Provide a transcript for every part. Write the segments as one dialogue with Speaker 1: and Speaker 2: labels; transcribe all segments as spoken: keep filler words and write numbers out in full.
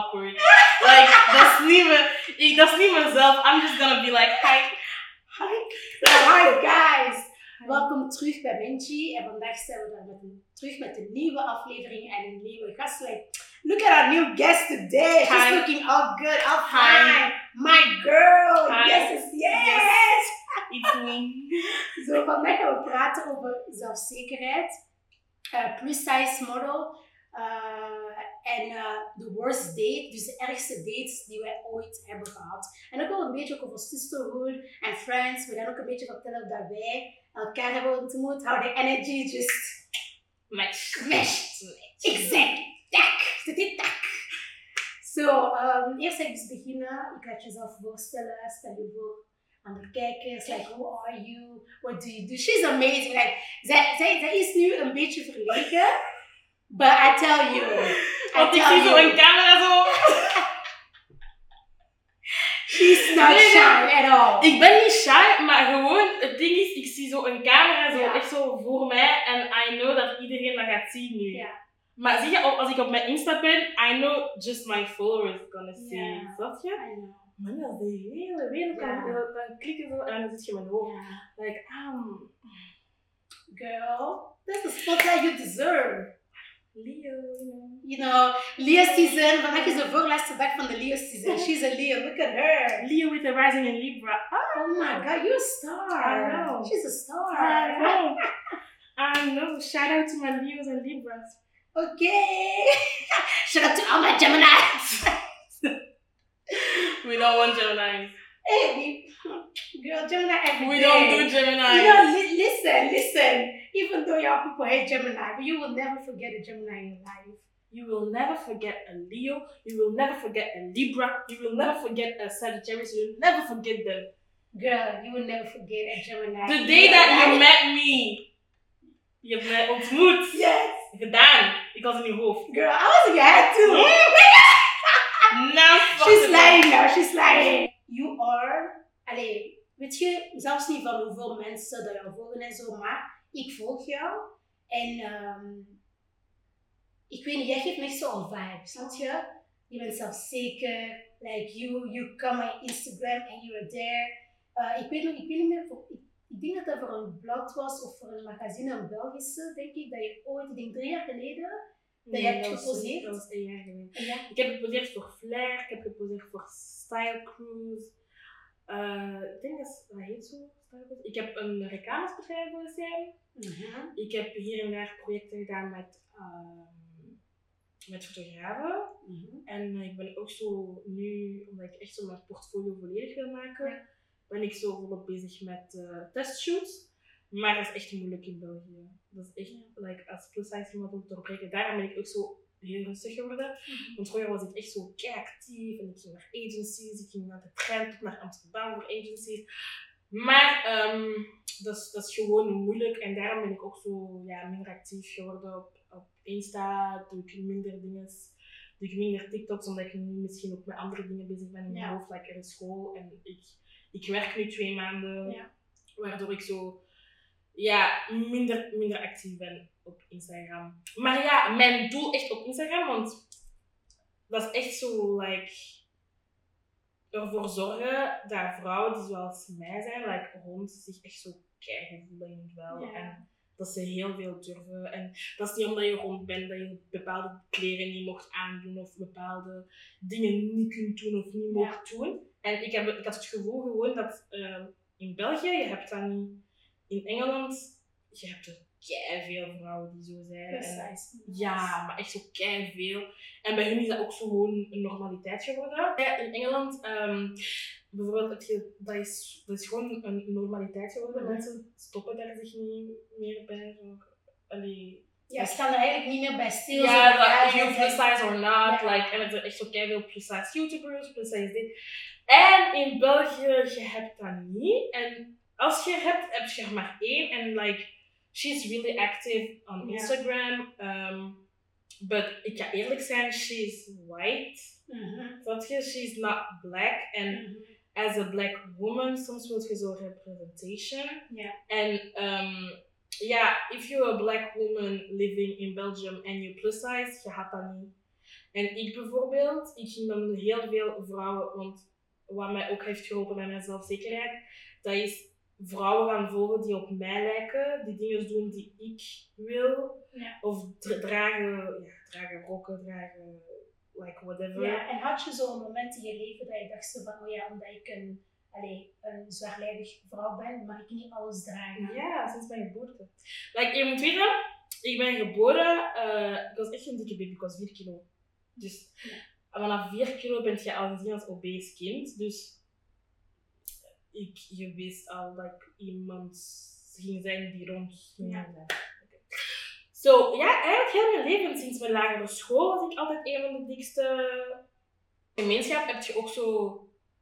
Speaker 1: awkward. Like, dat is niet me, ik, dat is niet mezelf. I'm just gonna be like, hi.
Speaker 2: Hi. Hi guys. Hi. Welkom terug bij Benji. En vandaag zijn we daar met een, terug met een nieuwe aflevering en een nieuwe gast. Like, look at our new guest today. Hi. She's looking all good, all fine. My girl. Hi. Yes, yes. yes.
Speaker 1: It's me.
Speaker 2: Zo, vandaag gaan we praten over zelfzekerheid. Uh, plus size model. Uh, en uh, the worst date, dus de ergste dates die wij ooit hebben gehad. En ook wel een beetje ook over sisterhood en friends. We gaan ook een beetje vertellen dat wij elkaar hebben ontmoet. How the energy just
Speaker 1: match.
Speaker 2: Match. Exact. Tak. Zit tak. Zo, um, eerst ga ik dus beginnen. Ik laat jezelf voorstellen. Stel je voor aan de kijkers. Like, who are you? What do you do? She's amazing. Like, zij, zij, zij is nu een beetje verlegen. But I tell you, I
Speaker 1: Want
Speaker 2: tell
Speaker 1: ik zie
Speaker 2: you,
Speaker 1: zo een camera zo.
Speaker 2: She's not
Speaker 1: nee,
Speaker 2: shy at all.
Speaker 1: Ik ben niet shy, maar gewoon, het ding is, ik zie zo een camera zo
Speaker 2: ja.
Speaker 1: echt zo voor mij en I know dat iedereen dat gaat zien nu.
Speaker 2: Ja.
Speaker 1: Maar zie je, als ik op mijn Insta ben, I know just my followers gonna see.
Speaker 2: Ja.
Speaker 1: Snap je?
Speaker 2: I know.
Speaker 1: Man, dat is de hele wereld
Speaker 2: Ja.
Speaker 1: kan dan klikken zo en dan zit je in mijn hoofd.
Speaker 2: Ja.
Speaker 1: Like, um...
Speaker 2: Girl, this is the spotlight you deserve.
Speaker 1: Leo, you know.
Speaker 2: You know, Leo season. Vandaag is de voorlaatste dag van de Leo season. She's a Leo. Look at her.
Speaker 1: Leo with the rising in Libra.
Speaker 2: Oh my God, you're a star.
Speaker 1: I know.
Speaker 2: She's a star.
Speaker 1: I know. I know. Shout out to my Leos and Libras.
Speaker 2: Okay. Shout out to all my Geminis.
Speaker 1: We don't want Geminis.
Speaker 2: Hey, girl, Gemini every
Speaker 1: We
Speaker 2: day.
Speaker 1: don't do Geminis.
Speaker 2: You know, li- listen, listen. Even though y'all people hate Gemini, but you will never forget a Gemini in your life.
Speaker 1: You will never forget a Leo. You will never forget a Libra. You will never forget a Sagittarius. You will never forget them.
Speaker 2: Girl, you will never forget a Gemini.
Speaker 1: The day that you met me. Je hebt mij ontmoet.
Speaker 2: Yes.
Speaker 1: Gedaan. Ik was in je hoofd.
Speaker 2: Girl, I was in your head too.
Speaker 1: Nou,
Speaker 2: She's lying now, she's lying. You are, allee, weet je, zelfs niet van hoeveel mensen dat jou volgen en zo, maar ik volg jou en um, ik weet niet, jij geeft me echt zo'n vibe, snap je? Je bent zelfzeker, like you, you come on Instagram and you are there. Uh, ik weet nog, ik weet niet meer, voor, ik, ik denk dat dat voor een blad was of voor een magazine, een Belgische, denk ik, dat je ooit, ik denk drie jaar geleden, dat
Speaker 1: nee,
Speaker 2: je hebt
Speaker 1: dat was,
Speaker 2: geposeerd.
Speaker 1: Dat was een jaar geleden.
Speaker 2: Ja.
Speaker 1: Ik heb geposeerd voor Flair, ik heb geposeerd voor Style Cruise. Uh, ik denk dat dat heet zo. Ik heb een reclamesbedrijf voor zijn.
Speaker 2: Mm-hmm.
Speaker 1: Ik heb hier en daar projecten gedaan met, uh, met fotografen. Mm-hmm. En ik ben ook zo nu, omdat ik echt zo mijn portfolio volledig wil maken, ja. ben ik zo volop bezig met uh, testshoots. Maar dat is echt moeilijk in België. Dat is echt, ja. like, als plus size iemand om te doorbreken. Daarom ben ik ook zo heel rustig geworden. Mm-hmm. Want vroeger was ik echt zo kei actief en ik ging naar agencies, ik ging naar de trein tot naar Amsterdam voor agencies. Maar um, dat, is, dat is gewoon moeilijk en daarom ben ik ook zo ja, minder actief geworden op, op Insta. Doe ik minder dingen, doe ik minder TikToks omdat ik nu misschien ook met andere dingen bezig ben in mijn ja. hoofd, like in school. En ik, ik werk nu twee maanden, ja. waardoor ik zo ja, minder, minder actief ben op Instagram. Maar ja, mijn doel echt op Instagram, want dat is echt zo, like, ervoor zorgen dat vrouwen die zoals mij zijn, like, rond zich echt zo keigoed voelen wel. Ja. En dat ze heel veel durven. En dat is niet omdat je rond bent dat je bepaalde kleren niet mocht aandoen of bepaalde dingen niet kunt doen of niet mocht ja. doen. En ik, heb, ik had het gevoel gewoon dat uh, in België, je hebt dat niet. In Engeland, je hebt er keiveel vrouwen die zo zijn. En, ja, maar echt zo keiveel. En bij hun is dat ook zo gewoon een normaliteit geworden. Ja, in Engeland, um, bijvoorbeeld, het je, dat, is, dat is gewoon een normaliteit geworden. Mm-hmm. Mensen stoppen daar zich niet meer bij. Zo, allee,
Speaker 2: ja, ze staan er eigenlijk niet meer bij stil.
Speaker 1: Ja, dat you plus size or not.
Speaker 2: Ja.
Speaker 1: Like, en het er echt zo keiveel plus size YouTubers, plus size dit. En in België, je hebt dat niet. En als je hebt, heb je er maar één. En like, she's really active on Instagram. Yeah. Um, but ik ga eerlijk zijn, she's white. Mm-hmm. Dat je, she's not black. And mm-hmm. as a black woman, soms wil je zo representation.
Speaker 2: Yeah.
Speaker 1: And um, yeah, if you're a black woman living in Belgium and you're plus size, je had dat niet. En ik bijvoorbeeld, ik ging dan heel veel vrouwen, want wat mij ook heeft geholpen met mijn zelfzekerheid, dat is vrouwen gaan volgen die op mij lijken, die dingen doen die ik wil,
Speaker 2: ja.
Speaker 1: of dra- dragen, ja, dragen rokken, dragen, like whatever.
Speaker 2: Ja, en had je zo'n moment in je leven dat je dacht zo van, oh ja, omdat ik een, allez, een zwaarlijvig vrouw ben, mag ik niet alles dragen?
Speaker 1: Ja, sinds mijn geboorte. Like, je moet weten, ik ben geboren, uh, ik was echt een dikke baby, ik was vier kilo. Dus
Speaker 2: ja.
Speaker 1: vanaf vier kilo ben je al gezien als obese kind, dus ik, je wist al dat ik iemand ging zijn die rond ging
Speaker 2: ja.
Speaker 1: zijn. Okay. So, ja, eigenlijk heel mijn leven, sinds mijn lagere school, was ik altijd een van de dikste. In gemeenschap heb je ook zo...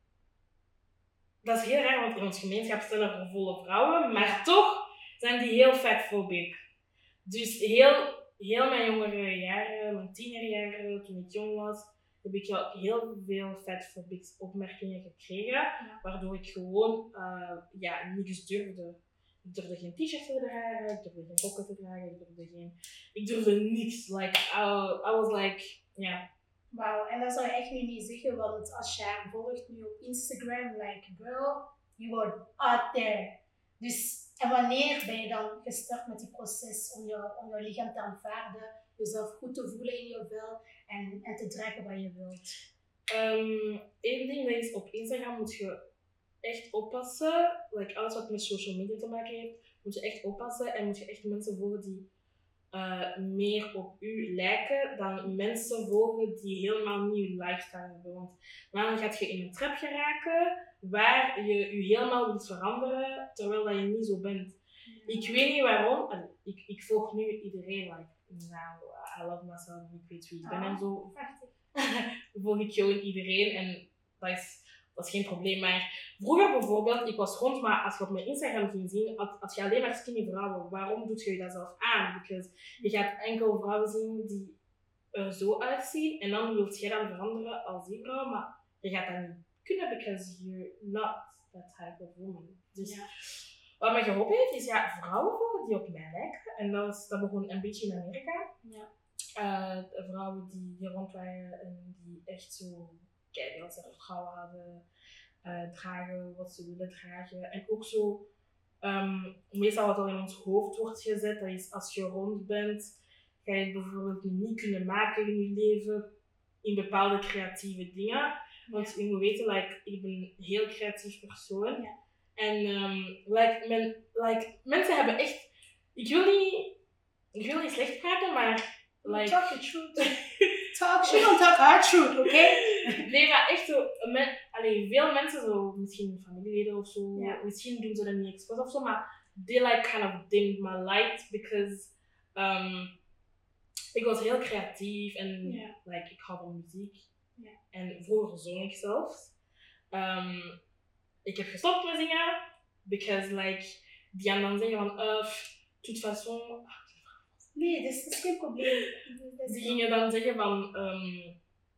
Speaker 1: Dat is heel raar, want in ons gemeenschap zijn er volle vrouwen, maar ja. toch zijn die heel fatphobic. Dus heel, heel mijn jongere jaren, mijn tienerjaren, toen ik jong was, heb ik al heel veel fatphobic opmerkingen gekregen, ja. waardoor ik gewoon uh, ja, niks durfde. Ik durfde geen t-shirts te dragen, ik durfde geen rokken te dragen, ik durfde geen... Ik durfde niks. Like, I, I was like, ja... Yeah.
Speaker 2: Wauw, en dat zou je echt nu niet zeggen, want als je haar volgt nu op Instagram, like girl, you are out there. Dus, en wanneer ben je dan gestart met die proces om je, om je lichaam te aanvaarden, jezelf goed te voelen in je vel en, en te dragen wat je wilt?
Speaker 1: Um, Eén ding dat is, op Instagram moet je echt oppassen, like alles wat met social media te maken heeft, moet je echt oppassen en moet je echt mensen volgen die Uh, meer op u lijken dan mensen volgen die helemaal niet uw lifestyle hebben. Want dan gaat je in een trap geraken waar je je helemaal wilt veranderen terwijl dat je niet zo bent. Ja. Ik weet niet waarom, uh, ik, ik volg nu iedereen, like, nou, I love myself, ik weet wie ik ben oh, en zo. Volg ik gewoon iedereen en dat is, dat is geen probleem. Maar vroeger bijvoorbeeld, ik was rond, maar als je op mijn Instagram ging zien, had, had je alleen maar skinny vrouwen. Waarom doet je je dat zelf aan? Because je gaat enkel vrouwen zien die er zo uitzien en dan wilt je dan veranderen als die vrouw, maar je gaat dat niet kunnen, because you're not that type of woman. Dus ja. Wat mij geholpen heeft, is ja, vrouwen volgen die op mij lijken. En dat, was, dat begon een beetje in Amerika.
Speaker 2: Ja.
Speaker 1: Uh, vrouwen die, die rond waren en die echt zo... Kijk, dat ze vrouwen hadden uh, dragen wat ze willen dragen. En ook zo, um, meestal wat al in ons hoofd wordt gezet, dat is als je rond bent, ga je het bijvoorbeeld niet kunnen maken in je leven in bepaalde creatieve dingen. Want je moet weten, like, ik ben een heel creatief persoon. Ja. En um, like, men, like, mensen hebben echt, ik wil niet, ik wil niet slecht praten, maar... Like,
Speaker 2: talk the truth. Talk, she don't talk her truth, oké? Okay?
Speaker 1: Nee, maar echt zo, men, allee, veel mensen, zo, misschien familieleden of zo, yeah. misschien doen ze dat niet expres of zo, maar they like kind of dimmed my light, because um, ik was heel creatief en yeah. like, ik hou van muziek. Yeah. En vroeger zong ik zelfs. Um, ik heb gestopt met zingen, because like, die gaan dan zeggen van, uh, toute façon...
Speaker 2: Nee, dat is, dat is geen probleem.
Speaker 1: Die gingen dan zeggen van, um,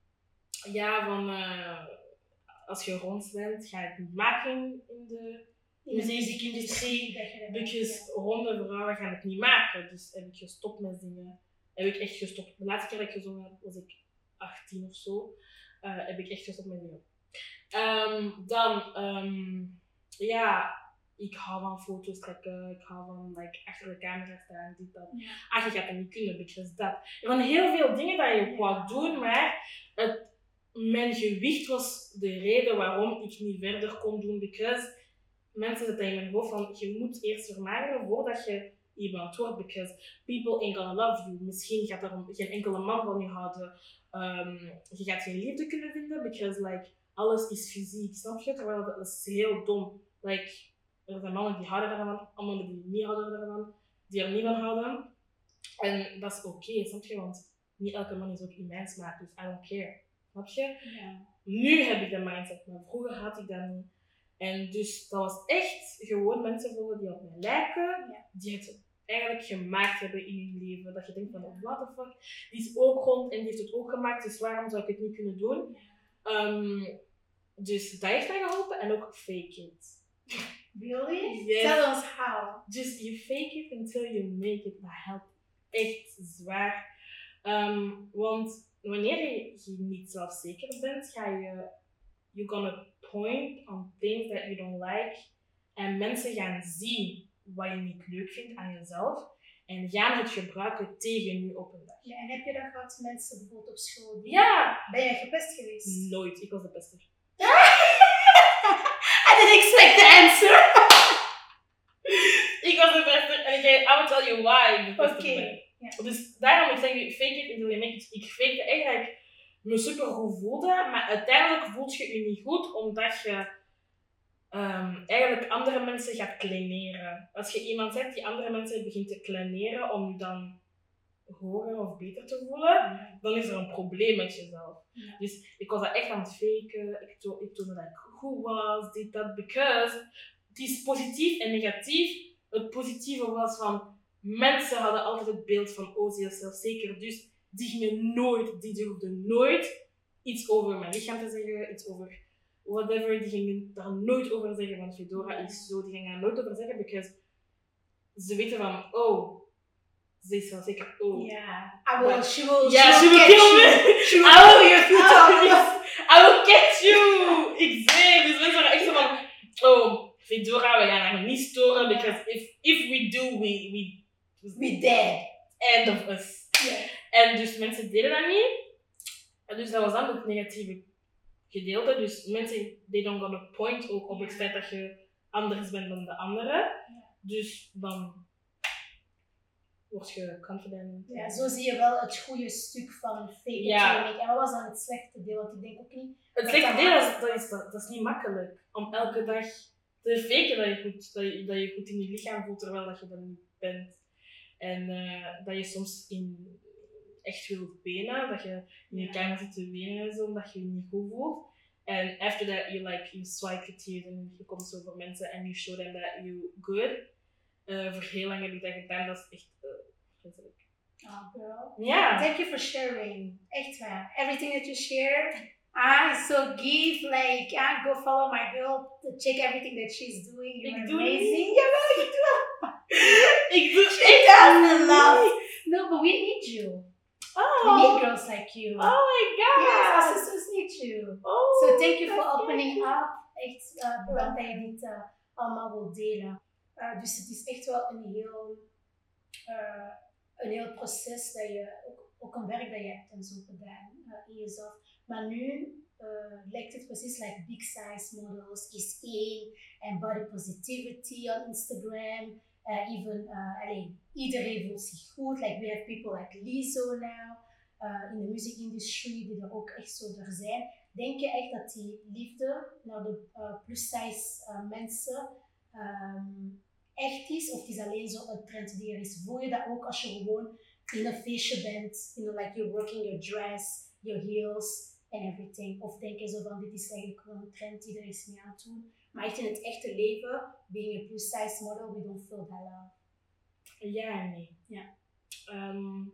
Speaker 1: ja, van uh, als je rond bent, ga je het niet maken in de muziekindustrie, because ja. ronde vrouwen gaan het niet maken. Dus heb ik gestopt met zingen. Heb ik echt gestopt. De laatste keer dat ik gezongen heb, was ik achttien of zo. Uh, heb ik echt gestopt met zingen. Um, dan, um, ja... Ik hou van foto's trekken, ik hou van like, achter de camera staan, dit, dat. Ja. Ah, je gaat dat niet kunnen, because dat. Van heel veel dingen dat je wou doen, maar het, mijn gewicht was de reden waarom ik niet verder kon doen, because mensen zetten in mijn hoofd van, je moet eerst vermageren voordat je iemand wordt, because people ain't gonna love you. Misschien gaat er geen enkele man van je houden, um, je gaat geen liefde kunnen vinden, because like, alles is fysiek, snap je? Terwijl dat is heel dom. Like, er zijn mannen die houden ervan, mannen die niet houden ervan, die er niet van houden. En dat is oké, okay, snap je? Want niet elke man is ook in mijn smaak, dus I don't care. Snap je?
Speaker 2: Ja.
Speaker 1: Nu heb ik dat mindset, maar vroeger had ik dat niet. En dus dat was echt gewoon mensen volgen die op mij lijken, ja. die het eigenlijk gemaakt hebben in hun leven. Dat je denkt van, oh, what the fuck? Die is ook rond en die heeft het ook gemaakt, dus waarom zou ik het niet kunnen doen? Ja. Um, dus dat heeft mij geholpen en ook fake it.
Speaker 2: Really?
Speaker 1: Yes.
Speaker 2: Tell us how.
Speaker 1: Just you fake it until you make it. Dat helpt echt zwaar. Um, want wanneer je, je niet zelfzeker bent, ga je, you're gonna point on things that you don't like. En mensen gaan zien wat je niet leuk vindt aan jezelf. En gaan het gebruiken tegen je op een dag.
Speaker 2: Ja, en heb je dat gehad, mensen bijvoorbeeld op school? Die...
Speaker 1: Ja!
Speaker 2: Ben jij gepest geweest?
Speaker 1: Nooit, ik was de beste.
Speaker 2: I didn't expect the answer.
Speaker 1: Ik was de beste en ik I will tell you why ik de beste
Speaker 2: Oké.
Speaker 1: ben.
Speaker 2: Ja.
Speaker 1: Dus daarom ik zeg je, fake it until you make it. Ik fakte echt dat ik me super goed voelde, maar uiteindelijk voelt je je niet goed omdat je um, eigenlijk andere mensen gaat kleineren. Als je iemand zegt die andere mensen begint te kleineren om je dan hoger of beter te voelen, ja. Dan is er een probleem met jezelf. Ja. Dus ik was dat echt aan het faken, ik, to- ik toonde dat ik goed was, dit, dat, because het is positief en negatief. Het positieve was van, mensen hadden altijd het beeld van, oh, ze is zelfzeker, dus die gingen nooit, die durfden nooit iets over mijn lichaam te zeggen, iets over whatever, die gingen daar nooit over zeggen, want Fedora is zo, die gingen daar nooit over zeggen, because ze weten van, oh, ze is zelfzeker, oh.
Speaker 2: Yeah, I will, she will,
Speaker 1: yeah,
Speaker 2: she
Speaker 1: she
Speaker 2: will
Speaker 1: will
Speaker 2: catch
Speaker 1: kill
Speaker 2: you.
Speaker 1: me.
Speaker 2: She will kill your future.
Speaker 1: I will catch you. Ik zweer, dus mensen waren echt zo van, oh, Fedora, we gaan haar niet storen, because if, if we do, we, we,
Speaker 2: we dead.
Speaker 1: End of us.
Speaker 2: Yeah.
Speaker 1: En dus mensen deden dat niet. En dus dat was dan het negatieve gedeelte. Dus mensen, they don't gonna point ook op het feit dat je anders bent dan de anderen. Dus dan word je confident.
Speaker 2: Ja, zo zie je wel het goede stuk van fake it
Speaker 1: ja.
Speaker 2: till you make it. En wat was dan het slechte deel? Want ik denk ook niet...
Speaker 1: Het slechte deel is dat, is, dat, dat is niet makkelijk. Om elke dag te faken dat je goed, dat je, dat je goed in je lichaam voelt, terwijl dat je dat niet bent. En uh, dat je soms in echt wilt wenen, dat je in je kamer zit te wenen en zo, omdat je je niet goed voelt. En after that, you like, you swipe your tears en je komt zo voor mensen en you show them that you good. Uh, voor heel lang heb ik dat gedaan, dat is echt uh, vreselijk.
Speaker 2: Oh girl.
Speaker 1: Ja.
Speaker 2: Thank you for sharing. Echt waar. Everything that you share. Ah, so give, like, ah, go follow my girl, check everything that she's doing. You're
Speaker 1: ik doe
Speaker 2: amazing.
Speaker 1: Niet.
Speaker 2: Jawel, je doet
Speaker 1: Ik doe
Speaker 2: She does a lot. No, but we need you.
Speaker 1: Oh.
Speaker 2: We need girls like you.
Speaker 1: Oh my god.
Speaker 2: Yes, our sisters need you.
Speaker 1: Oh,
Speaker 2: so thank you for opening up. Echt uh, bedankt dat je dit uh, allemaal wilt delen. Uh, dus het is echt wel een heel, uh, een heel proces dat je, ook, ook een werk dat je hebt en zo gedaan uh, in jezelf. Maar nu uh, lijkt het precies like big size models is in en body positivity on Instagram. Uh, even, uh, allee, iedereen voelt zich goed. Like we have people like Lizzo now uh, in de music industry die er ook echt zo er zijn. Denk je echt dat die liefde naar de uh, plus size uh, mensen um, echt is? Of het is alleen zo een trend die er is? Voel je dat ook als je gewoon in een feestje bent, you know, like you're working your dress, your heels and everything? Of denk je zo van dit is eigenlijk gewoon een trend die er is mee aan het doen? Maar echt in het echte leven, being a plus size model, we don't feel that love.
Speaker 1: Ja en nee.
Speaker 2: Ja.
Speaker 1: Um,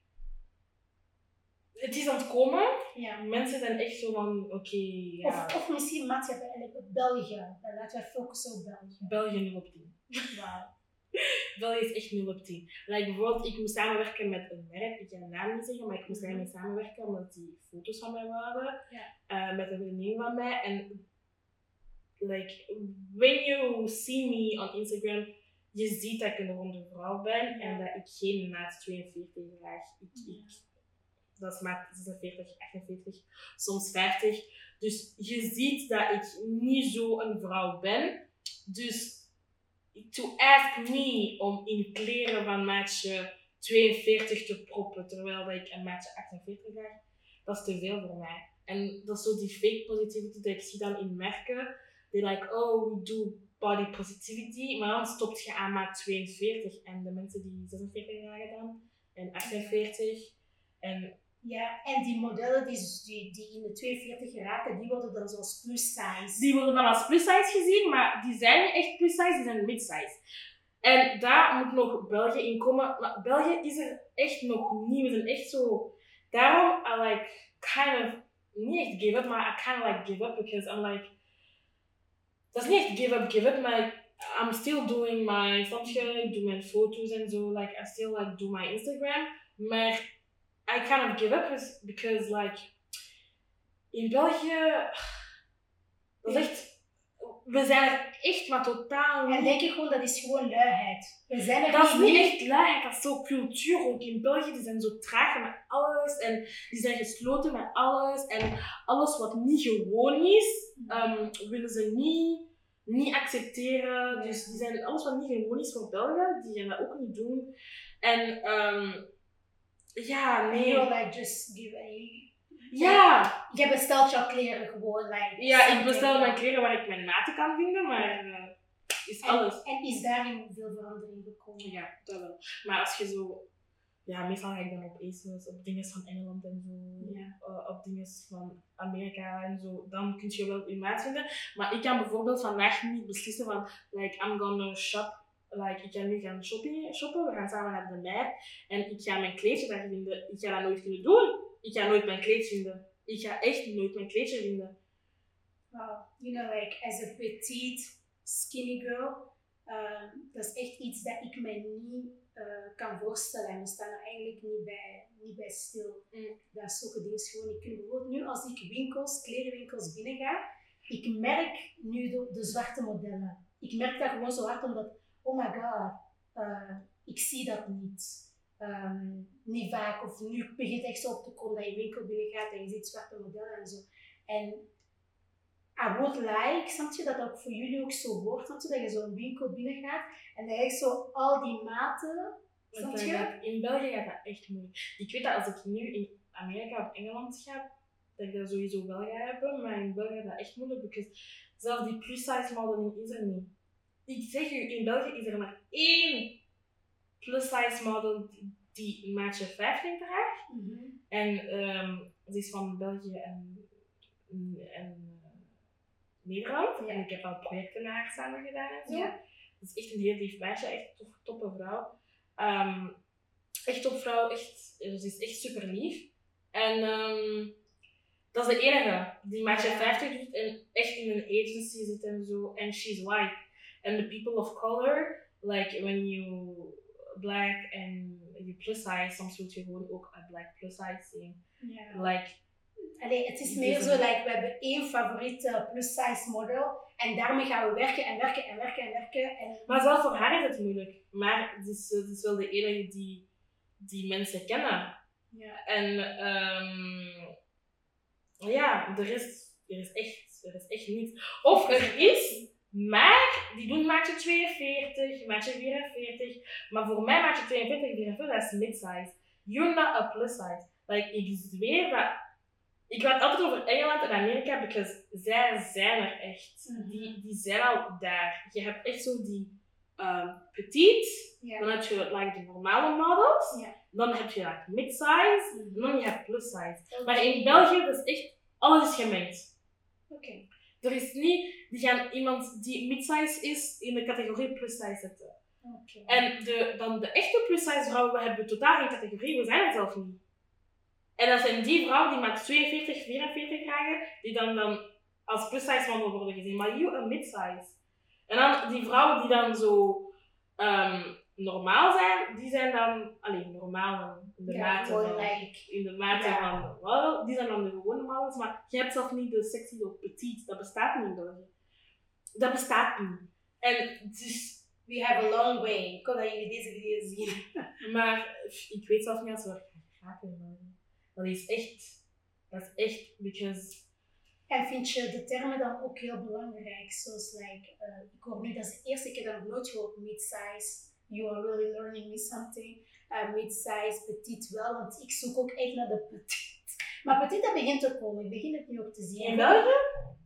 Speaker 1: het is aan het komen.
Speaker 2: Ja.
Speaker 1: Mensen zijn echt zo van, oké, okay, ja.
Speaker 2: Of, of misschien maatschappij, België. Laten we focussen op België.
Speaker 1: België nul op tien.
Speaker 2: Wauw.
Speaker 1: België is echt nul op tien. Like, bijvoorbeeld, ik moest samenwerken met een merk, ik ga de naam niet zeggen, maar ik moest daarmee samenwerken omdat die foto's van mij waren.
Speaker 2: Ja.
Speaker 1: Uh, met een vriendin van mij. En like, when you see me on Instagram, je ziet dat ik een ronde vrouw ben ja. En dat ik geen maat tweeënveertig draag. Ik, ja. ik, dat is maat zesenveertig, achtenveertig, soms vijftig. Dus je ziet dat ik niet zo een vrouw ben. Dus to ask me om in kleren van maatje tweeënveertig te proppen, terwijl dat ik een maatje achtenveertig draag, dat is te veel voor mij. En dat is zo die fake positivity dat ik zie dan in merken. Die like, oh, we do body positivity, maar dan stopt je aan maat tweeënveertig en de mensen die zesenveertig dragen dan en achtenveertig en
Speaker 2: ja, en die modellen die, die, die in de tweeënveertig geraken, die worden dan zoals plus size.
Speaker 1: Die worden dan als plus size gezien, maar die zijn niet echt plus size, die zijn mid size. En daar moet nog België in komen, maar België is er echt nog niet, we zijn echt zo, daarom I like kind of, niet echt give up, maar I kind of like give up, because I'm like, dat is niet echt give up, give up, maar I'm still doing my, snap je, ik doe mijn foto's en zo, like I still like do my Instagram, maar I kind of give up because, like, in België, dat is echt, we zijn er echt maar totaal
Speaker 2: En denk je gewoon, dat is gewoon luiheid. We zijn er
Speaker 1: dat is
Speaker 2: niet
Speaker 1: niet echt luiheid, dat is zo cultuur ook. In België, die zijn zo traag met alles en die zijn gesloten met alles. En alles wat niet gewoon is, um, willen ze niet, niet accepteren.
Speaker 2: Ja.
Speaker 1: Dus die zijn, alles wat niet gewoon is voor Belgen, die gaan dat ook niet doen. En um, ja, nee.
Speaker 2: You like just give a...
Speaker 1: Ja!
Speaker 2: Je bestelt jouw kleren gewoon, like...
Speaker 1: Ja, ik bestel mijn kleren waar ik mijn maten kan vinden, maar uh, is
Speaker 2: en,
Speaker 1: alles.
Speaker 2: En is daarin veel verandering gekomen?
Speaker 1: Ja, dat wel. Maar als je zo... Ja, meestal ga ik dan op ASOS, op dingen van Engeland en zo,
Speaker 2: ja.
Speaker 1: uh, op dingen van Amerika en zo, dan kun je wel je maat vinden. Maar ik kan bijvoorbeeld vandaag niet beslissen van, like, I'm gonna shop. Like, ik ga nu gaan shopping, shoppen, we gaan samen naar de Meijer en ik ga mijn kleedje daar vinden. Ik ga dat nooit kunnen doen. Ik ga nooit mijn kleed vinden. Ik ga echt nooit mijn kleedje vinden.
Speaker 2: Wow, you know, like, as a petite, skinny girl, uh, dat is echt iets dat ik mij niet uh, kan voorstellen. En we staan er eigenlijk niet bij, niet bij stil.
Speaker 1: Mm.
Speaker 2: Dat zulke dingen gewoon niet kunnen. Bijvoorbeeld nu als ik winkels, klerenwinkels binnen ga, ik merk nu de, de zwarte modellen. Ik merk dat gewoon zo hard omdat, oh my god, uh, ik zie dat niet. Um, niet vaak, of nu begint het echt zo op te komen dat je winkel binnen gaat en je ziet zwarte modellen en zo. En I would like, snap je dat dat ook voor jullie ook zo wordt, snap je, dat je zo'n winkel binnen gaat en dat je echt zo al die maten, snap je?
Speaker 1: In België gaat dat echt moeilijk. Ik weet dat als ik nu in Amerika of Engeland ga, dat ik dat sowieso wel ga hebben, maar in België gaat dat echt moeilijk, because zelfs die plus-size modeling is er niet. Ik zeg u, in België is er maar één plus-size model die een maatje vijftien draagt.
Speaker 2: Mm-hmm.
Speaker 1: En um, ze is van België en, en uh, Nederland. Ja. En ik heb al projecten met haar samen gedaan en zo. Ja. Dat is echt een heel lief meisje, echt een toppe vrouw. Um, echt topvrouw, echt, ze is echt super lief. En um, dat is de enige die maatje ja. vijftig doet en echt in een agency zit en zo. En she's white. And the people of color, like when you black en je plus size, soms wil je gewoon ook een black plus size zien.
Speaker 2: Yeah.
Speaker 1: Like,
Speaker 2: allee, het is meer zo, like, we hebben één favoriete plus size model en daarmee gaan we werken en werken en werken en werken. En...
Speaker 1: Maar zelfs voor haar is het moeilijk. Maar het is, het is wel de enige die, die mensen kennen.
Speaker 2: Yeah.
Speaker 1: En um, ja, er is, er is echt, er is echt niets. Of er is... Maar die doen maatje tweeënveertig, maatje vierenveertig. Maar voor mij maatje tweeënveertig, vierenveertig, dat is mid-size. You're not a plus size. Like, ik zweer dat... Ik praat altijd over Engeland en Amerika, because zij zijn er echt. Mm-hmm. Die, die zijn al daar. Je hebt echt zo die um, petite, yeah. Dan heb je like, de normale models, yeah. Dan heb je like, mid-size, mm-hmm. En dan heb je plus size. Okay. Maar in België, dat is echt... Alles is gemengd.
Speaker 2: Oké. Okay.
Speaker 1: Er is niet, die gaan iemand die mid-size is in de categorie plus-size zetten.
Speaker 2: Okay.
Speaker 1: En de, dan de echte plus-size vrouwen, we hebben totaal geen categorie, we zijn er zelf niet. En dat zijn die vrouwen die maar tweeënveertig, vierenveertig dragen, die dan, dan als plus-size model worden gezien. Maar you a mid-size. En dan die vrouwen die dan zo um, normaal zijn, die zijn dan, alleen normaal in de
Speaker 2: ja,
Speaker 1: mate van,
Speaker 2: like,
Speaker 1: in de mate
Speaker 2: ja.
Speaker 1: van, well, die zijn dan de gewone models, maar je hebt zelf niet de sexy of petite, dat bestaat niet in België. Dat bestaat niet. En dus...
Speaker 2: We have a long way. Ik hoop dat jullie deze video zien.
Speaker 1: Maar ik weet zelf niet als we er gaan raken in België. Dat is echt, dat is echt, because...
Speaker 2: En vind je de termen dan ook heel belangrijk? Zoals, like, uh, ik hoor nu, dat is de eerste keer dat ik nog nooit gehoord mid-size. You are really learning me something. Uh, mid-size, petite wel, want ik zoek ook echt naar de petite. Maar petite, dat begint te komen. Ik begin het nu ook te zien.
Speaker 1: In België?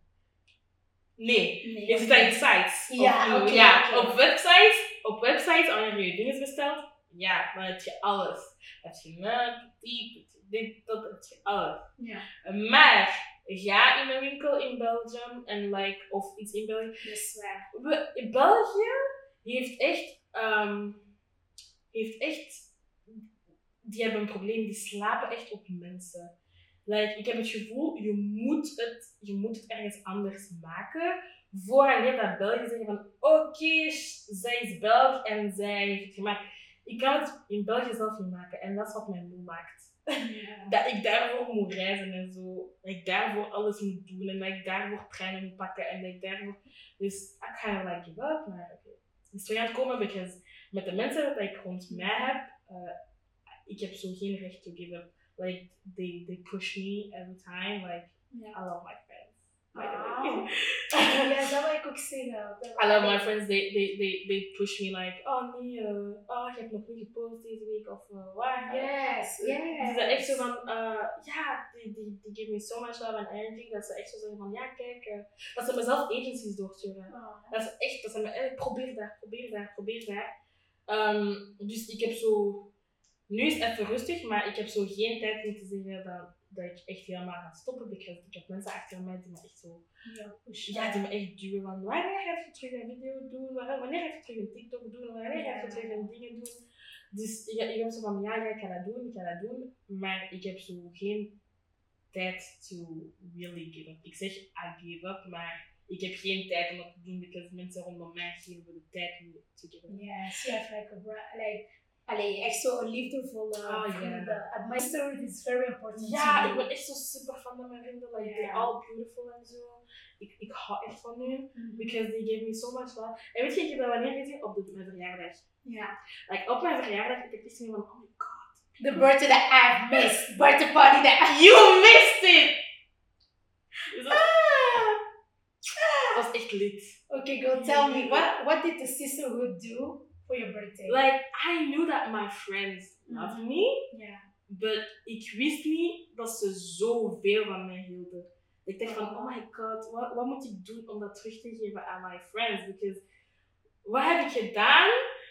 Speaker 1: Nee.
Speaker 2: nee.
Speaker 1: Je zit daar in sites.
Speaker 2: Ja,
Speaker 1: op,
Speaker 2: okay,
Speaker 1: ja
Speaker 2: okay.
Speaker 1: op websites. Op websites, wanneer je dingen bestelt, ja, dan heb je alles. Dan heb je melk, petite, dit, dat, heb je alles.
Speaker 2: Ja.
Speaker 1: Maar... Ga in een winkel in Belgium en like, of iets in België.
Speaker 2: Dat is waar.
Speaker 1: We, België heeft echt, um, heeft echt, die hebben een probleem, die slapen echt op mensen. Like, ik heb het gevoel, je moet het, je moet het ergens anders maken, voor alleen dat België zeggen van, oké, okay, zij is Belg en zij heeft het gemaakt. Ik kan het in België zelf niet maken en dat is wat mij moe maakt. Yeah. Dat ik daarvoor moet reizen en zo. Dat ik daarvoor alles moet doen en dat ik daarvoor treinen moet pakken en dat ik daarvoor... Dus ik ga like give up, maar oké. Okay. Het is terug aan het komen, because met de mensen dat ik rond mij heb, uh, ik heb zo geen recht to give up. Like, they, they push me every time, like, yeah. I love my friends.
Speaker 2: Wow. Ja, dat wil ik ook zeggen.
Speaker 1: I love my friends, they, they, they, they push me like, oh nee, uh, oh, je hebt nog niet gepost deze week, of uh, waar?
Speaker 2: Yes, yes.
Speaker 1: Die zijn echt zo van, uh, ja, die, die, die give me so much love and energy, dat ze echt zo zeggen van, ja kijk, uh, dat ze mezelf agencies doorsturen. Oh. Dat is echt, dat ze me, eh, probeer daar, probeer daar, probeer daar. Um, dus ik heb zo, nu is het even rustig, maar ik heb zo geen tijd om te zeggen dat, dat ik echt helemaal ga stoppen, because ik heb mensen achter mij die me echt zo,
Speaker 2: ja,
Speaker 1: ja, die me echt duwen van, wanneer ga je terug een video doen, wanneer ga je terug een TikTok doen, wanneer ga je terug een dingen doen. Dus ik, ik heb zo van, ja, ja, ik ga dat doen, ik ga dat doen, maar ik heb zo geen tijd to really give up. Ik zeg, I give up, maar ik heb geen tijd om dat te doen, because mensen rondom mij geven de tijd om te give up.
Speaker 2: Yes, you have like a, like, allee, echt zo'n liefdevolle
Speaker 1: oh,
Speaker 2: vrienden. Yeah. My story is very important.
Speaker 1: Ja, ik ben echt zo super fan van mijn vrienden, like, yeah. They're all beautiful en zo. Ik, ik hou echt van hun, mm-hmm. Because they gave me so much love. En weet je, ik heb dat wanneer gezien? Op de, mijn verjaardag.
Speaker 2: Ja. Yeah.
Speaker 1: Like, op mijn verjaardag, ik heb echt gezien van, oh my god.
Speaker 2: The birthday that I've missed. Birthday party that I
Speaker 1: You missed it! Dat ah. was echt lit.
Speaker 2: Okay, go tell me, what, what did the sisterhood do for your birthday?
Speaker 1: Like, I knew that my friends loved mm-hmm. me.
Speaker 2: Yeah.
Speaker 1: But ik wist niet dat ze zoveel van mij hielden. Ik dacht van, oh my god, wat, wat moet ik doen om dat terug te geven aan my friends? Because, wat heb ik gedaan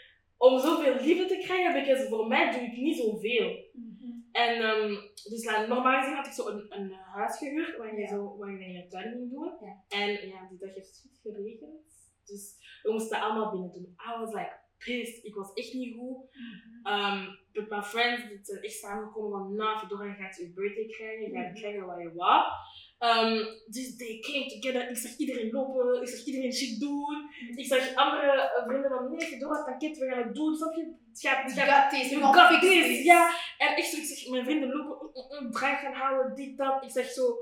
Speaker 1: om zoveel liefde te krijgen? Because voor mij doe ik niet zoveel. Mm-hmm. En um, dus nou, normaal gezien had ik zo een, een huis gehuurd waar je yeah. zo, waar je in de tuin ging doen. Yeah. En ja, die dag heeft het goed geregend. Dus we moesten dat allemaal binnen doen. I was like pissed. Ik was echt niet goed. Mm-hmm. Um, but my friends die zijn echt samengekomen van, nou, Fedora, je gaat je birthday krijgen. Je gaat mm-hmm. krijgen wat je wou. Um, dus they came together. Ik zag iedereen lopen. Ik zag iedereen shit doen. Mm-hmm. Ik zag andere uh, vrienden van, nee, Fedora, pakket, we gaan het doen. Snap je? Het gaat, het gaat,
Speaker 2: this,
Speaker 1: you got this. Ja. En echt zo, ik zag mijn vrienden lopen. Uh, uh, draag gaan halen, dit, dat. Ik zeg zo,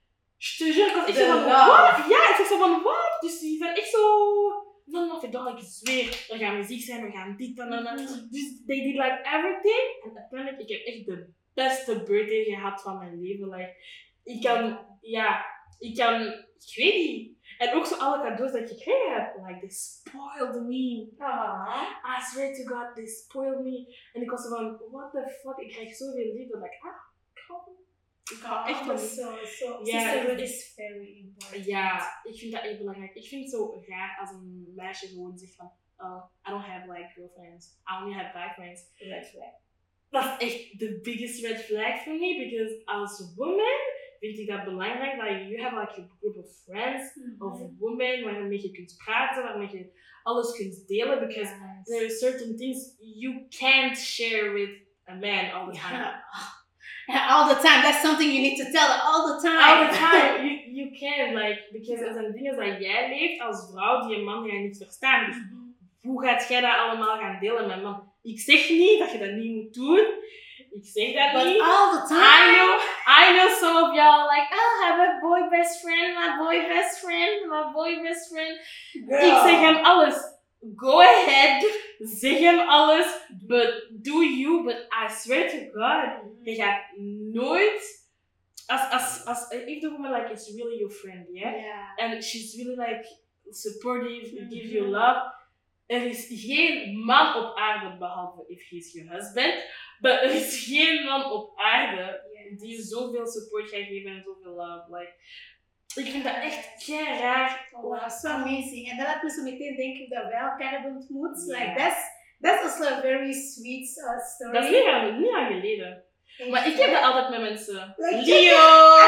Speaker 1: je te jure, ik was echt zo van, wat? Ja, ik zeg zo van, wat? Dus die zijn echt zo... No, no, Fedora, ik zweer, er gaat muziek zijn, we gaan dit en dat. Mm-hmm. Dus they did like everything. En uiteindelijk, ik heb echt de beste birthday gehad van mijn leven. Like, ik kan, ja, ik kan, ik weet niet. En ook zo alle cadeaus dat ik gekregen heb, like, they spoiled me.
Speaker 2: Aww.
Speaker 1: I swear to God, they spoiled me. En ik was zo van, what the fuck, ik krijg zoveel liefde. Like, ah, kom. Ik hou echt van
Speaker 2: zo, zo.
Speaker 1: Ja,
Speaker 2: sisterhood is very important.
Speaker 1: Ja, ik vind dat echt belangrijk. Ik vind het zo raar als een meisje gewoon zegt van, oh, I don't have like girlfriends. I only have guy friends.
Speaker 2: Red flag.
Speaker 1: Dat is echt the biggest red flag for me, because as woman vind ik dat belangrijk dat je, you have like a group of friends, mm-hmm. of women waarmee je kunt praten, waarmee je alles kunt delen, because yes. there are certain things you can't share with a man all the time.
Speaker 2: Yeah. Yeah, all the time. That's something you need to tell her all the time.
Speaker 1: All the time. You, you can, like, because er zijn dingen dat jij leeft als vrouw die een man die jij niet verstaat. Dus mm-hmm. hoe gaat jij dat allemaal gaan delen met man? Ik zeg niet dat je dat niet moet doen. Ik zeg dat
Speaker 2: But
Speaker 1: niet.
Speaker 2: all the time.
Speaker 1: I know, I know some of y'all like, oh, I have a boy best friend, my boy best friend, my boy best friend. Girl. Ik zeg hem alles. Go ahead, zeg hem alles, but do you, but I swear to God, je gaat nooit, als, als, als, if the woman like is really your friend, yeah?
Speaker 2: Yeah.
Speaker 1: And she's really like supportive, mm-hmm. give you love, er is geen man op aarde, behalve if he's your husband, but er is geen man op aarde yes. die je zoveel support gaat geven en zoveel love, like, ik vind dat echt kei raar.
Speaker 2: Oh, wow, so amazing. En dat laat me zo meteen denken dat wij elkaar hebben ontmoet. Yeah. Like, that's, that's also a very sweet uh, story.
Speaker 1: Dat is niet lang, niet lang geleden. Echt? Maar ik heb dat altijd met mensen.
Speaker 2: Like,
Speaker 1: Leo!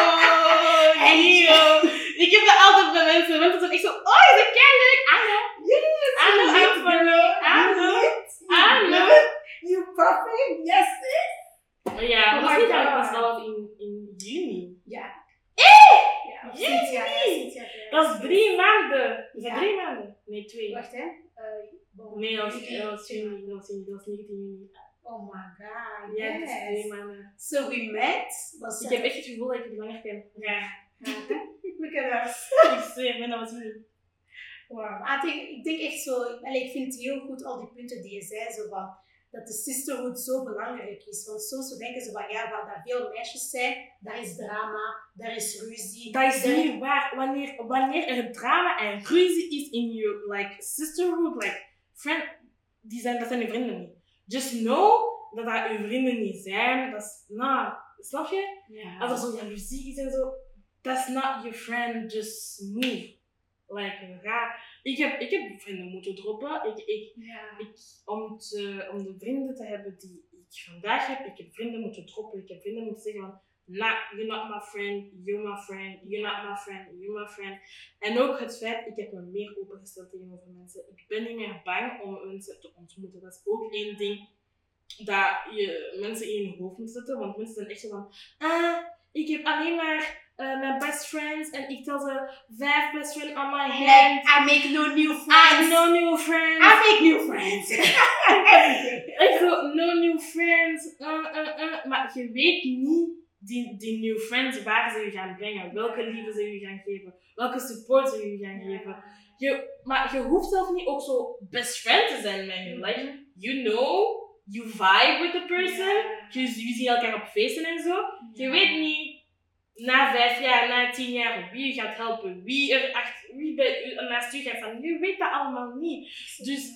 Speaker 1: Leo! Ik heb dat altijd met mensen. Mensen zijn echt zo, oh, je bent kei leuk. I know.
Speaker 2: Yes,
Speaker 1: I know how to follow. I know. I know.
Speaker 2: You perfect. Yes, sis.
Speaker 1: Maar ja,
Speaker 2: oh
Speaker 1: dat is niet lang. Dat is zelf in, in juni.
Speaker 2: Ja.
Speaker 1: Eh!
Speaker 2: Ja,
Speaker 1: Juni!
Speaker 2: ja, ja,
Speaker 1: dat is drie maanden. Is dat
Speaker 2: ja.
Speaker 1: drie maanden? Nee, twee.
Speaker 2: Wacht, hè. Uh,
Speaker 1: nee, dat was, dat was juni. Dat was juni. Dat was negentien juni.
Speaker 2: Oh my god,
Speaker 1: Ja, het is twee
Speaker 2: yes.
Speaker 1: maanden.
Speaker 2: So we met. Was
Speaker 1: Ik heb echt het gevoel dat ik het langer ken.
Speaker 2: Ja. Look at us.
Speaker 1: Ik zweer, ben dat was niet.
Speaker 2: Wow. I think, ik denk echt zo, allee, ik vind het heel goed, al die punten die je zei, zo van, dat de sisterhood zo belangrijk is. Want soms denken ze van, ja, waar dat veel meisjes zijn, daar is drama, daar is ruzie.
Speaker 1: Dat is
Speaker 2: daar-
Speaker 1: niet waar. Wanneer, wanneer er drama en ruzie is in je like, sisterhood, like, friend, die zijn, dat zijn je vrienden niet. Just know dat dat je vrienden niet zijn. Dat is, nou, snap je?
Speaker 2: Ja.
Speaker 1: Als er zo jaloezie is en zo, that's not your friend, just move. Like, ga. Ik heb, ik heb vrienden moeten droppen. Ik, ik,
Speaker 2: Ja.
Speaker 1: ik, om, te, om de vrienden te hebben die ik vandaag heb, ik heb vrienden moeten droppen. Ik heb vrienden moeten zeggen van, nah, you're not my friend, you're my friend, you're not my friend, you're my friend. En ook het feit, ik heb me meer opengesteld tegenover mensen. Ik ben niet meer bang om mensen te ontmoeten. Dat is ook één ding dat je mensen in je hoofd moet zetten. Want mensen zijn echt zo van, ah, ik heb alleen maar uh, mijn best friends en ik tel ze vijf best friends on my
Speaker 2: Like,
Speaker 1: hand.
Speaker 2: I make no new
Speaker 1: I
Speaker 2: friends.
Speaker 1: no new friends.
Speaker 2: I make new friends.
Speaker 1: Ik zo, no new friends. Uh, uh, uh. Maar je weet niet die, die new friends waar ze je gaan brengen. Welke liefde ze je gaan geven. Welke support ze je gaan geven. Je, maar je hoeft zelf niet ook zo best friend te zijn met je. Like, you know, you vibe with the person. Je, je ziet elkaar op feesten en zo. Je weet niet na vijf jaar, na tien jaar wie je gaat helpen, wie er achter, wie bij u naast u gaat staan. Je weet dat allemaal niet. Dus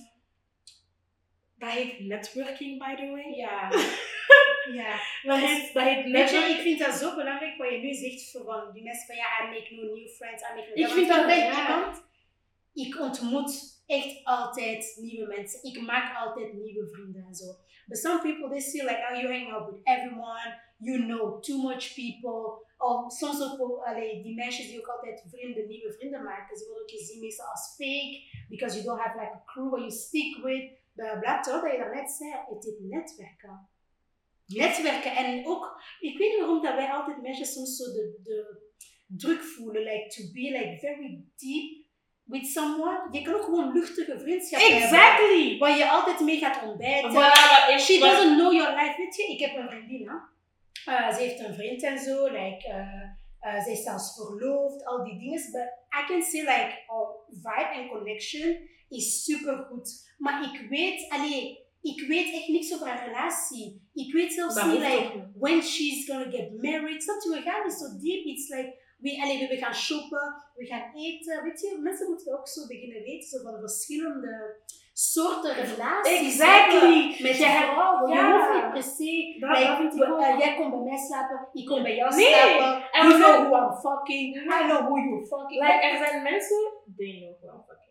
Speaker 1: dat heet networking, by the way.
Speaker 2: Ja. Ja.
Speaker 1: Dat heet, dat heet
Speaker 2: Weet je,
Speaker 1: networking.
Speaker 2: ik vind dat zo belangrijk wat je nu zegt voor van die mensen van ja, I make no new friends, I make no
Speaker 1: Ik
Speaker 2: Want
Speaker 1: vind dat
Speaker 2: ik ben
Speaker 1: raar.
Speaker 2: iemand, ik ontmoet echt altijd nieuwe mensen. Ik maak altijd nieuwe vrienden en zo. But some people, they see like, oh, you hang out with everyone, you know too much people. Of soms ook, allee, die meisjes die ook altijd vrienden, nieuwe vrienden maken, ze worden ook gezien meestal als fake, because you don't have like a crew where you stick with, bla bla. Terwijl dat je daarnet zei, het is netwerken. Netwerken en ook, ik weet niet waarom dat wij altijd meisjes soms zo de, de druk voelen, like to be like very deep with someone. Je kan ook gewoon luchtige vriendschap hebben.
Speaker 1: Exactly!
Speaker 2: Waar je altijd mee gaat ontbijten.
Speaker 1: Voilà, wat ik-
Speaker 2: She
Speaker 1: wat-
Speaker 2: doesn't know your life. Weet je, ik heb een vriendin, hè. Uh, ze heeft een vriend en zo, like, uh, uh, ze is zelfs verloofd, al die dingen. But I can say like, our vibe and connection is super goed. Maar ik weet, allee, ik weet echt niks over haar relatie. Ik weet zelfs
Speaker 1: Dat
Speaker 2: niet,
Speaker 1: hoeft ook
Speaker 2: like,
Speaker 1: niet.
Speaker 2: when she's gonna get married. Snap je, we gaan niet zo diep. It's like, we, allee, we gaan shoppen, we gaan eten. Weet je, mensen moeten ook zo beginnen weten, zo van verschillende soorten relaties.
Speaker 1: Exactly.
Speaker 2: hebben Met
Speaker 1: Je hebt-
Speaker 2: vrouwen.
Speaker 1: ja.
Speaker 2: Je hoeft niet per se,
Speaker 1: Dat-
Speaker 2: like,
Speaker 1: dat vind ik
Speaker 2: we-
Speaker 1: ook.
Speaker 2: uh, jij komt bij mij slapen, ik kom bij jou
Speaker 1: Nee.
Speaker 2: slapen.
Speaker 1: En
Speaker 2: You
Speaker 1: we
Speaker 2: know
Speaker 1: zijn-
Speaker 2: who I'm fucking, I know who you fucking.
Speaker 1: Like, er zijn mensen, they know who I'm fucking.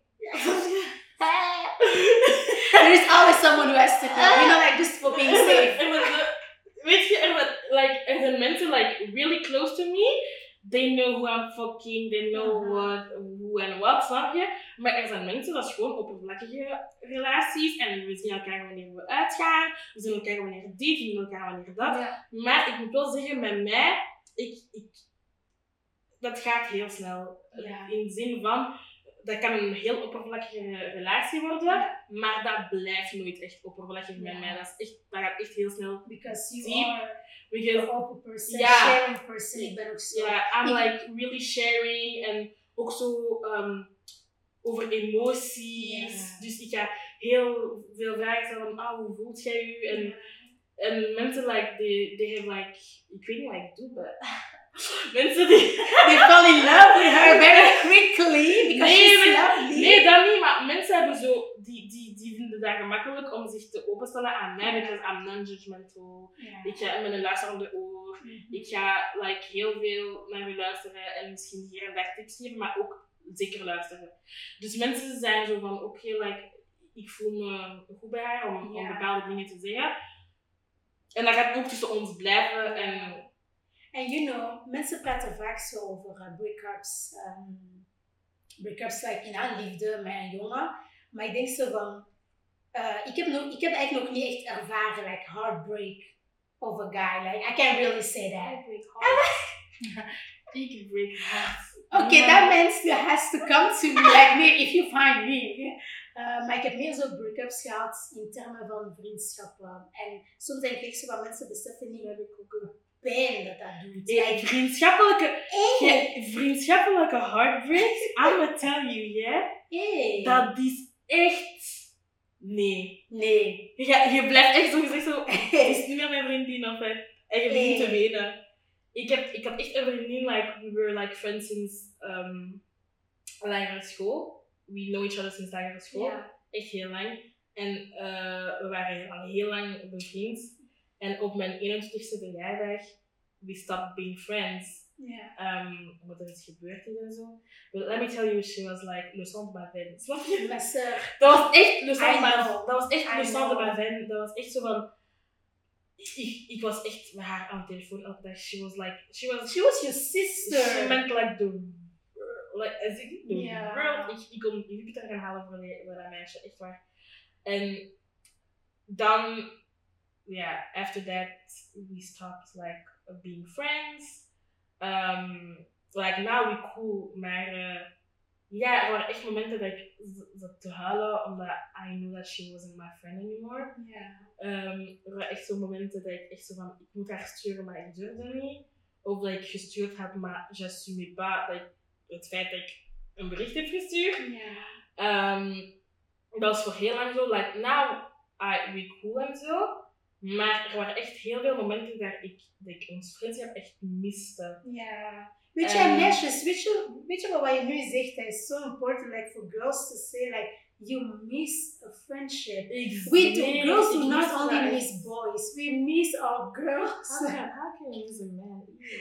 Speaker 2: There is always someone who has to know, you know, like just for being safe.
Speaker 1: Er zijn- Weet je, er zijn, like, er zijn mensen like really close to me. They know who I'm fucking, they know
Speaker 2: Mhm.
Speaker 1: what, who en wat, snap je? Maar er zijn mensen, dat is gewoon oppervlakkige relaties. En we zien elkaar wanneer we uitgaan. We zien elkaar wanneer dit, we zien elkaar wanneer dat.
Speaker 2: Ja.
Speaker 1: Maar ik moet wel zeggen, met mij, ik, ik, dat gaat heel snel.
Speaker 2: Ja.
Speaker 1: In de zin van, dat kan een heel oppervlakkige relatie worden,
Speaker 2: Ja.
Speaker 1: maar dat blijft nooit echt oppervlakkig met
Speaker 2: Ja.
Speaker 1: mij. Dat, is echt, dat gaat echt heel snel.
Speaker 2: Because you
Speaker 1: Diep.
Speaker 2: are
Speaker 1: Because,
Speaker 2: an open person,
Speaker 1: Ja.
Speaker 2: sharing person. Ik ben ook zo.
Speaker 1: yeah, I'm
Speaker 2: Ik-
Speaker 1: like really sharing en ook zo um, over emoties.
Speaker 2: Ja.
Speaker 1: Dus ik ga heel veel vragen stellen van, ah, hoe voelt jij je? En, en mensen, like, they, they have like, ik weet niet wat ik doe, maar mensen die...
Speaker 2: They fell in love with her very quickly because
Speaker 1: Nee,
Speaker 2: she's
Speaker 1: maar-
Speaker 2: lovely.
Speaker 1: Nee, dat niet, maar mensen hebben zo, die, die, die vinden dat gemakkelijk om zich te openstellen aan mij, because I'm non-judgmental.
Speaker 2: Ja.
Speaker 1: Ik ga met een luister op de oor.
Speaker 2: Mhm.
Speaker 1: Ik ga like, heel veel naar u luisteren en misschien hier en daar tips geven, maar ook zeker luisteren. Dus mensen zijn zo van, oké, like, ik voel me goed bij haar om, om
Speaker 2: Ja.
Speaker 1: bepaalde dingen te zeggen. En dat gaat ook tussen ons blijven. En,
Speaker 2: En you know, mensen praten vaak zo over uh, breakups. Um, breakups like in haar liefde met een jongen. Maar ik denk zo van... Uh, ik, heb nog, ik heb eigenlijk nog niet echt ervaren like heartbreak of a guy. Like, I can't really say that.
Speaker 1: ik break heart.
Speaker 2: Okay, that means you has to come to me like me if you find me. Uh, maar ik heb meer zo break-ups gehad in termen van vriendschappen. En soms denk ik zo van mensen beseffen niet dat ik ook een pijn dat dat doet.
Speaker 1: Hey,
Speaker 2: Like,
Speaker 1: vriendschappelijke,
Speaker 2: hey.
Speaker 1: ge- vriendschappelijke heartbreaks, I'm gonna tell you, yeah,
Speaker 2: Hey.
Speaker 1: dat is echt... Nee.
Speaker 2: Nee.
Speaker 1: Je, je blijft echt zo gezegd zo... Het is niet meer mijn vriendin, of hè. En je begint te wenen. Ik heb, ik heb echt een vriendin, like, we were like friends since um, lagere school. We know each other since lagere school.
Speaker 2: Ja.
Speaker 1: Echt heel lang. En uh, we waren al heel lang bevriend. En op mijn eenentwintigste verjaardag, we stopped being friends.
Speaker 2: Ja.
Speaker 1: Um, omdat er iets gebeurd is en zo. But let me tell you, she was like le centre de ma veine. Snap je?
Speaker 2: Maar sir,
Speaker 1: Dat was echt le centre
Speaker 2: I
Speaker 1: de ma
Speaker 2: know.
Speaker 1: Dat was echt
Speaker 2: I
Speaker 1: le centre de
Speaker 2: know.
Speaker 1: ma veine. Dat was echt zo van... Ik, ik was echt met haar aan de telefoon elke dag. She was like... She was,
Speaker 2: she was your sister.
Speaker 1: She meant like the... Like, as in the
Speaker 2: Yeah.
Speaker 1: world. Ik, ik kon Jupiter gaan halen voor, die, voor dat meisje. Echt waar. En dan... Yeah, after that, we stopped like being friends. Um, like now we cool, maar uh, ja, er waren echt momenten dat ik zat te huilen omdat I knew that she wasn't my friend anymore.
Speaker 2: Yeah.
Speaker 1: Um, er waren echt zo momenten dat ik echt zo van, ik moet haar sturen, maar ik durfde niet. Of dat ik gestuurd had, maar j'assumais pas dat ik, het feit dat ik een bericht heb gestuurd.
Speaker 2: Yeah.
Speaker 1: Um, dat was voor heel lang zo, like now I, we cool en zo. Maar er waren echt heel veel momenten dat ik, dat ik ons vriendschap echt miste.
Speaker 2: Ja. Weet je,
Speaker 1: Um,
Speaker 2: meisjes, weet je, weet je wat je nu zegt? Dat is so important, like for girls to say, like, you miss a friendship.
Speaker 1: Exactly.
Speaker 2: We do, girls do
Speaker 1: Ik
Speaker 2: not
Speaker 1: mis
Speaker 2: only
Speaker 1: dat.
Speaker 2: miss boys, we miss our girls.
Speaker 1: How can, how can you miss a man?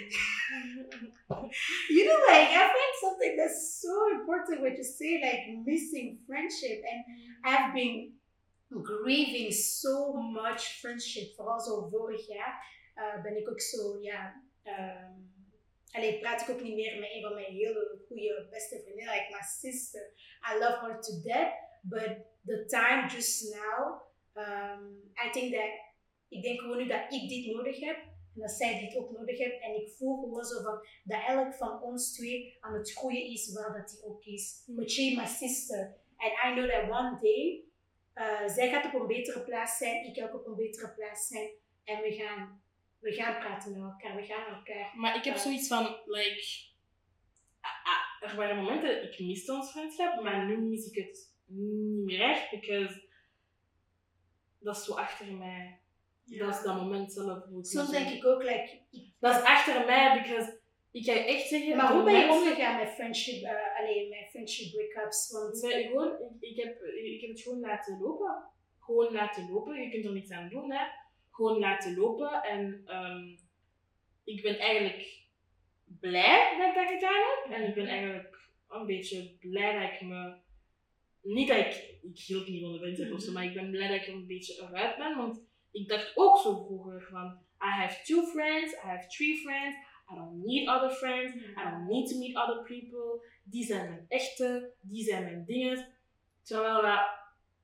Speaker 2: You know, like, I find something that's so important when you say, like, missing friendship. And I've been grieving so much friendship. Vooral zo vorig jaar uh, ben ik ook zo, ja... Um, Allee, praat ik ook niet meer met een van mijn hele goede beste vriendinnen, like my sister. I love her to death, but the time just now, um, I think that, ik denk gewoon nu dat ik dit nodig heb en dat zij dit ook nodig heeft. En ik voel gewoon zo van dat elk van ons twee aan het groeien is waar dat die ook is. But she, my sister. And I know that one day, uh, zij gaat op een betere plaats zijn, ik ook op een betere plaats zijn en we gaan... We gaan praten met elkaar, we gaan elkaar...
Speaker 1: Maar ik heb zoiets van, like... Ah, ah, er waren momenten, ik miste ons vriendschap, maar nu mis ik het niet meer echt, because... Dat is zo achter mij. Ja. Dat is dat moment zelf.
Speaker 2: Soms denk ik ook, like...
Speaker 1: Dat is achter mij, because... Ik ga echt zeggen...
Speaker 2: Maar hoe ben je omgegaan met friendship, uh, alleen met friendship breakups? Want...
Speaker 1: Nee, gewoon, ik, ik, heb, ik heb het gewoon laten lopen. Gewoon laten lopen, je kunt er niets aan doen, hè. Gewoon laten lopen en um, ik ben eigenlijk blij dat ik dat gedaan heb. En ik ben eigenlijk een beetje blij dat ik me... Niet dat ik... Ik hield niet van de vriendschap of zo, maar ik ben blij dat ik er een beetje eruit ben. Want ik dacht ook zo vroeger van... I have two friends, I have three friends. I don't need other friends. I don't need to meet other people. Die zijn mijn echte, die zijn mijn dingen. Terwijl dat...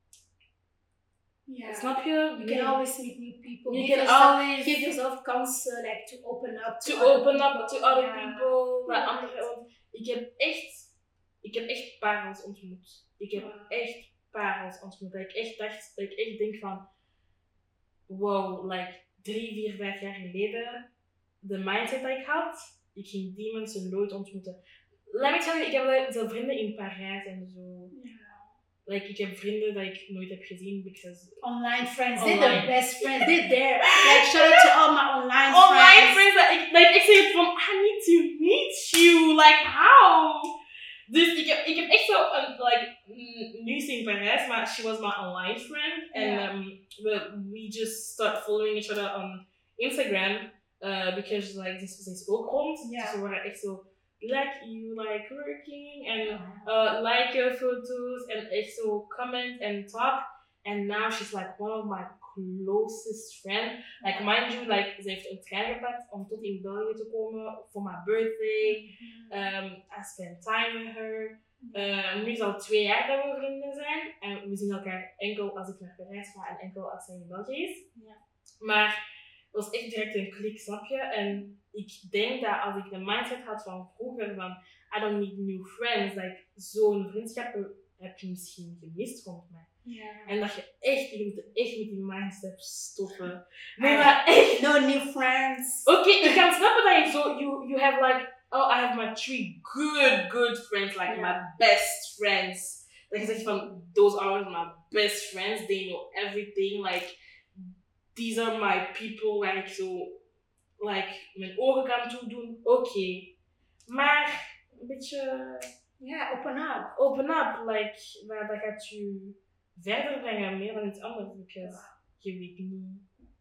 Speaker 2: Yeah.
Speaker 1: Snap je?
Speaker 2: You can always meet new people.
Speaker 1: You
Speaker 2: give
Speaker 1: can
Speaker 2: yourself,
Speaker 1: always
Speaker 2: give yourself kansen, like to open up
Speaker 1: to,
Speaker 2: to
Speaker 1: open
Speaker 2: other
Speaker 1: up
Speaker 2: people.
Speaker 1: to other
Speaker 2: yeah.
Speaker 1: people.
Speaker 2: Yeah.
Speaker 1: Andere, want ik heb echt, ik heb echt parels ontmoet. Ik heb
Speaker 2: yeah.
Speaker 1: echt parels ontmoet. Dat ik echt dacht, dat ik echt denk van, wow, like drie, vier, vijf jaar geleden, de mindset dat ik had, ik ging die mensen nooit ontmoeten. Let me tell you, ik heb zelf vrienden in Parijs en zo.
Speaker 2: Yeah.
Speaker 1: Like, ik heb vrienden dat ik nooit heb gezien, because...
Speaker 2: Online friends,
Speaker 1: online.
Speaker 2: they're the best friends, they're there. Like, shout out to all my online,
Speaker 1: online
Speaker 2: friends.
Speaker 1: friends. That ik, like, ik zeg het van, I need to meet you, like, how? Dus ik heb, ik heb echt zo, een, like, nu is ze in Parijs, maar she was my online friend. And
Speaker 2: yeah.
Speaker 1: um, we, we just start following each other on Instagram, uh, because, like, ze is ook rond.
Speaker 2: Yeah.
Speaker 1: Dus we waren echt zo... Like you like working and uh, like your photos and also comment and talk, and now she's like one of my closest friends. Like mind you, like ze heeft een trein gepakt om tot in België te komen for my birthday. Um, I spent time with her. Uh, nu is het al twee jaar dat we vrienden zijn en we zien elkaar enkel als ik naar Parijs ga en enkel als zij in België is.
Speaker 2: Ja.
Speaker 1: Maar het was echt direct een klik, snap je? En ik denk dat als ik de mindset had van vroeger van I don't need new friends, like zo'n vriendschap heb je misschien gemist rond mij.
Speaker 2: Ja.
Speaker 1: En dat je echt, je moet echt met die mindset stoppen. Nee, maar echt.
Speaker 2: No new friends.
Speaker 1: Oké, okay, ik kan snappen dat je zo, you, you have like, oh, I have my three good, good friends, like yeah. my best friends. Dat je zegt van, those are my best friends, they know everything, like, these are my people waar ik zo, like, mijn ogen kan toedoen. Oké. Okay. Maar, een beetje...
Speaker 2: Ja, yeah, open up.
Speaker 1: Open up, like, dat, dat gaat je verder brengen, meer dan iets anders, because je weet niet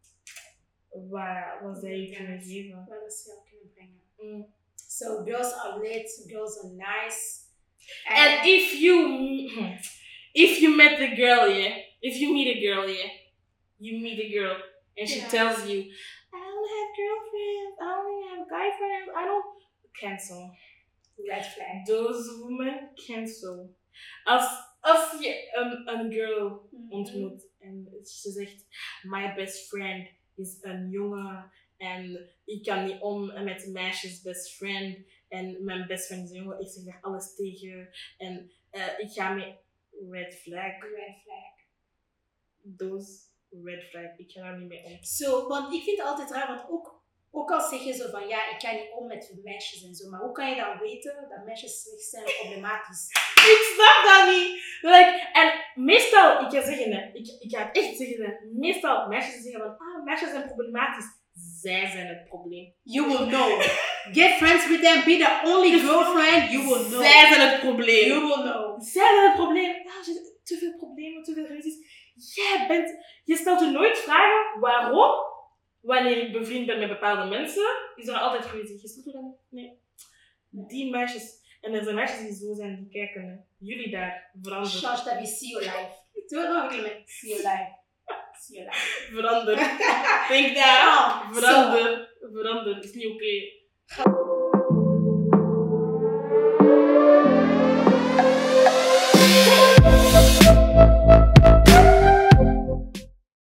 Speaker 1: wat, wat zij je kunnen geven.
Speaker 2: Wat ze jou kunnen brengen.
Speaker 1: Mm.
Speaker 2: So, girls are lit, girls are nice.
Speaker 1: And, and if you, if you met the girl, yeah, if you meet a girl, yeah, you meet a girl, and she yeah. tells you, I don't have girlfriends, I only have guy friends, I don't, cancel.
Speaker 2: Red flag.
Speaker 1: Those women cancel. Als, als je een, een girl mm-hmm. ontmoet en ze zegt, my best friend is een jongen en ik kan niet om met meisjes best friend en mijn best friend is een jongen, ik zeg daar alles tegen en uh, ik ga mee red flag.
Speaker 2: Red flag.
Speaker 1: Those red flag, ik ga daar niet mee om.
Speaker 2: Zo, so, want ik vind het altijd raar, want ook Ook al zeg je zo van, ja, ik ga niet om met meisjes en zo, maar hoe kan je dan weten dat meisjes slecht zijn problematisch?
Speaker 1: Ik snap dat niet! Like, en meestal, ik ga zeggen, hè, ik, ik ga het echt zeggen, hè, meestal meisjes zeggen van, ah, meisjes zijn problematisch. Zij zijn het probleem.
Speaker 2: You will know. Get friends with them, be the only girlfriend, you will know.
Speaker 1: Zij zijn het probleem.
Speaker 2: You will know.
Speaker 1: Zij zijn het probleem. Ja, als je te veel problemen, te veel relaties. Jij bent, je stelt je nooit vragen, waarom? Wanneer ik bevriend ben met bepaalde mensen, is er altijd geweest. Gisteren toen dan? Nee. Die meisjes. En er zijn meisjes die zo zijn, die kijken. Hè. Jullie daar, verander.
Speaker 2: Charge dat we see your life. Doe het nog een keer. See your life. See your life.
Speaker 1: Verander. Denk daar. Oh, verander. So. Verander. Is niet oké. Okay.